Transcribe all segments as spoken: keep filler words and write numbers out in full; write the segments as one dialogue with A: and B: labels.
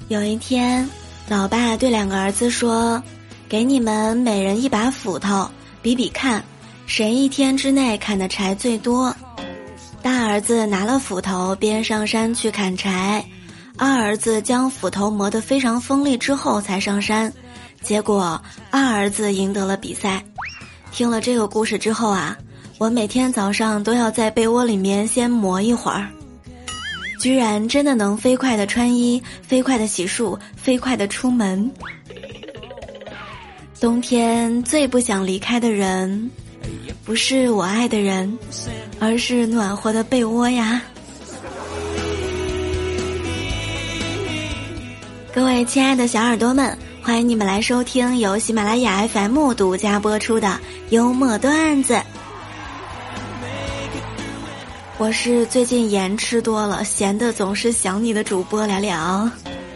A: 有一天，老爸对两个儿子说，给你们每人一把斧头，比比看谁一天之内砍的柴最多。大儿子拿了斧头边上山去砍柴，二儿子将斧头磨得非常锋利之后才上山，结果二儿子赢得了比赛。听了这个故事之后啊，我每天早上都要在被窝里面先磨一会儿。居然真的能飞快地穿衣，飞快地洗漱，飞快地出门。冬天最不想离开的人，不是我爱的人，而是暖和的被窝呀。各位亲爱的小耳朵们，欢迎你们来收听由喜马拉雅 F M 独家播出的幽默段子。我是最近盐吃多了，咸的总是想你的主播聊聊。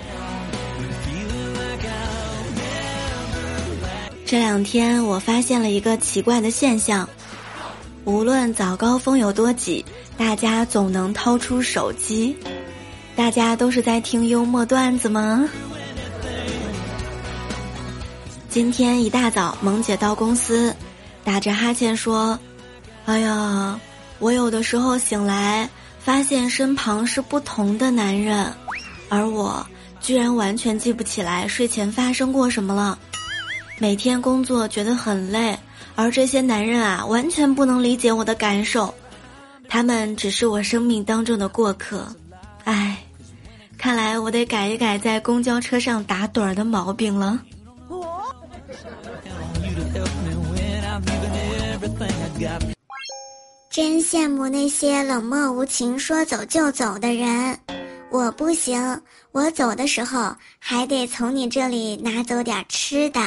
A: 这两天我发现了一个奇怪的现象，无论早高峰有多挤，大家总能掏出手机。大家都是在听幽默段子吗？今天一大早，萌姐到公司，打着哈欠说：“哎呀，我有的时候醒来，发现身旁是不同的男人，而我居然完全记不起来睡前发生过什么了。每天工作觉得很累，而这些男人啊，完全不能理解我的感受，他们只是我生命当中的过客。唉，看来我得改一改在公交车上打盹儿的毛病了。”
B: 真羡慕那些冷漠无情说走就走的人，我不行，我走的时候还得从你这里拿走点吃的。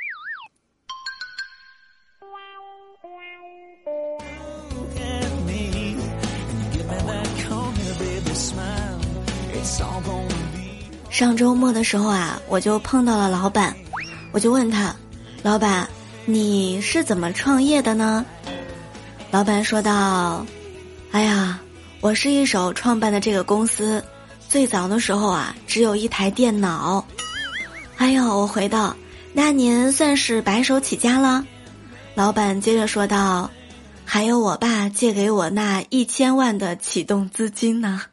A: 上周末的时候啊，我就碰到了老板，我就问他，老板，你是怎么创业的呢？老板说道，哎呀，我是一手创办的这个公司，最早的时候啊，只有一台电脑。哎呦，我回道，那您算是白手起家了？老板接着说道，还有我爸借给我那一千万的启动资金呢。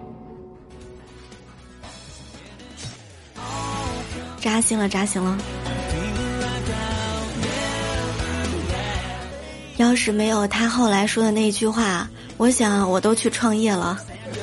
A: 扎心了，扎心了。要是没有他后来说的那句话，我想我都去创业了。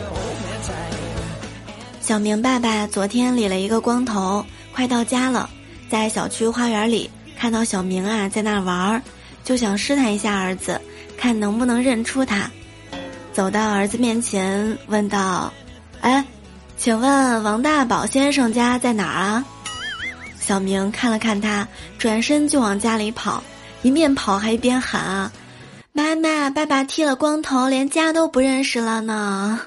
A: 小明爸爸昨天理了一个光头，快到家了，在小区花园里看到小明啊在那玩，就想试探一下儿子，看能不能认出他。走到儿子面前问道，哎，请问王大宝先生家在哪儿啊？小明看了看他，转身就往家里跑，一面跑还一边喊啊，妈妈，爸爸剃了光头，连家都不认识了呢。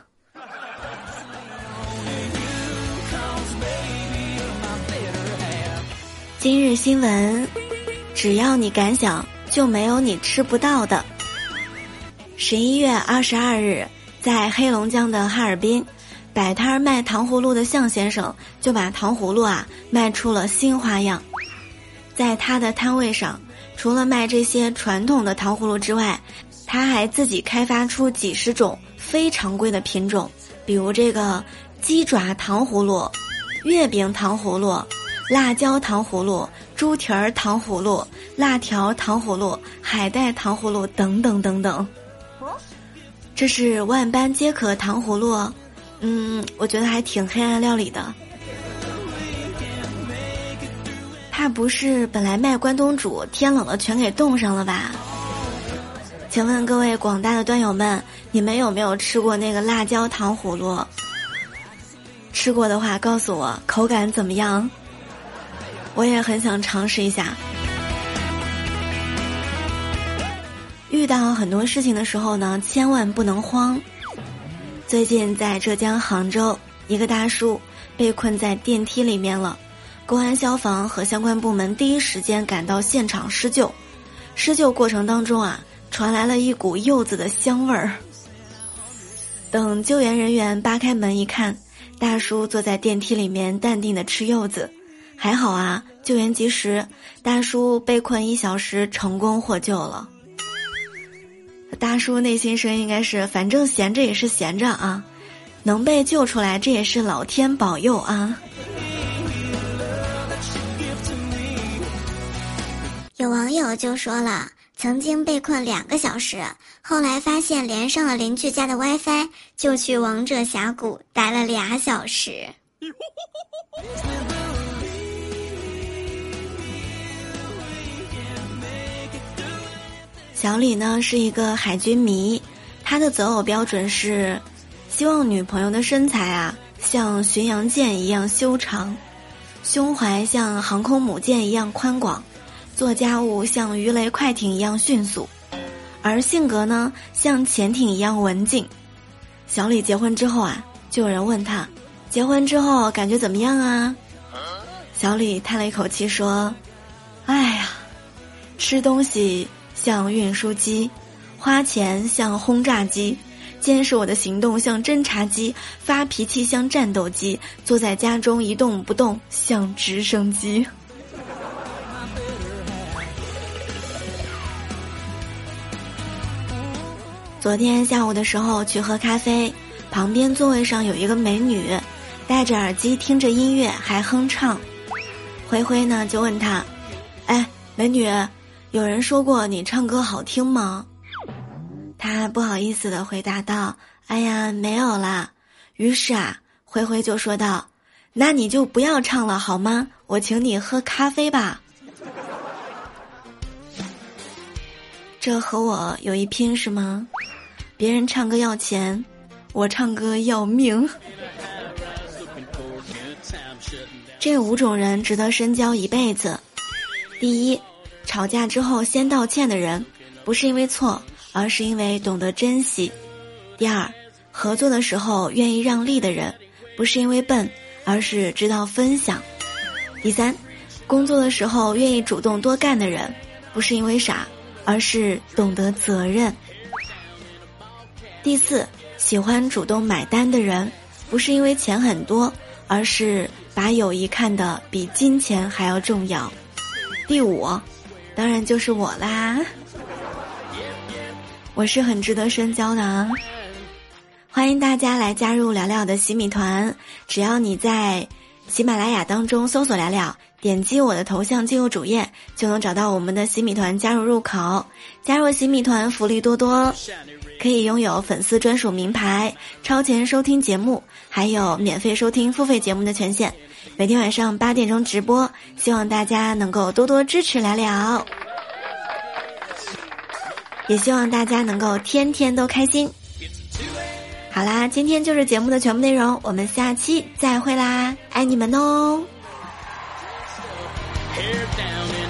A: 今日新闻，只要你敢想，就没有你吃不到的。十一月二十二日，在黑龙江的哈尔滨，摆摊卖糖葫芦的向先生就把糖葫芦啊卖出了新花样。在他的摊位上，除了卖这些传统的糖葫芦之外，他还自己开发出几十种非常规的品种，比如这个鸡爪糖葫芦、月饼糖葫芦、辣椒糖葫芦、猪蹄儿糖葫芦、辣条糖葫芦、海带糖葫芦等等等等。这是万般皆可糖葫芦，嗯，我觉得还挺黑暗料理的。怕不是本来卖关东煮，天冷了全给冻上了吧？请问各位广大的端友们，你们有没有吃过那个辣椒糖葫芦？吃过的话告诉我口感怎么样，我也很想尝试一下。遇到很多事情的时候呢，千万不能慌。最近在浙江杭州，一个大叔被困在电梯里面了，公安消防和相关部门第一时间赶到现场施救。施救过程当中啊，传来了一股柚子的香味儿。等救援人员扒开门一看， 大叔坐在电梯里面淡定地吃柚子，还好啊，救援及时，大叔被困一小时成功获救了。大叔内心声应该是，反正闲着也是闲着啊，能被救出来这也是老天保佑啊。
B: 有网友就说了，曾经被困两个小时，后来发现连上了邻居家的 WiFi， 就去王者峡谷待了俩小时。
A: 小李呢是一个海军迷，他的择偶标准是希望女朋友的身材啊像巡洋舰一样修长，胸怀像航空母舰一样宽广，做家务像鱼雷快艇一样迅速，而性格呢像潜艇一样文静。小李结婚之后啊，就有人问他，结婚之后感觉怎么样啊？小李叹了一口气说，哎呀，吃东西像运输机，花钱像轰炸机，监视我的行动像侦察机，发脾气像战斗机，坐在家中一动不动像直升机。昨天下午的时候去喝咖啡，旁边座位上有一个美女，戴着耳机听着音乐还哼唱。灰灰呢就问她，哎，美女，有人说过你唱歌好听吗？她不好意思地回答道，哎呀，没有啦。于是啊，灰灰就说道，那你就不要唱了好吗？我请你喝咖啡吧。这和我有一拼是吗？别人唱歌要钱，我唱歌要命。这五种人值得深交一辈子。第一，吵架之后先道歉的人，不是因为错，而是因为懂得珍惜。第二，合作的时候愿意让利的人，不是因为笨，而是知道分享。第三，工作的时候愿意主动多干的人，不是因为傻，而是懂得责任。第四，喜欢主动买单的人，不是因为钱很多，而是把友谊看得比金钱还要重要。第五，当然就是我啦，我是很值得深交的啊！欢迎大家来加入聊聊的洗米团，只要你在喜马拉雅当中搜索聊聊，点击我的头像进入主页，就能找到我们的洗米团加入入口。加入洗米团福利多多，可以拥有粉丝专属名牌、超前收听节目，还有免费收听付费节目的权限。每天晚上八点钟直播，希望大家能够多多支持聊聊，也希望大家能够天天都开心。好啦，今天就是节目的全部内容，我们下期再会啦，爱你们哦。Hair down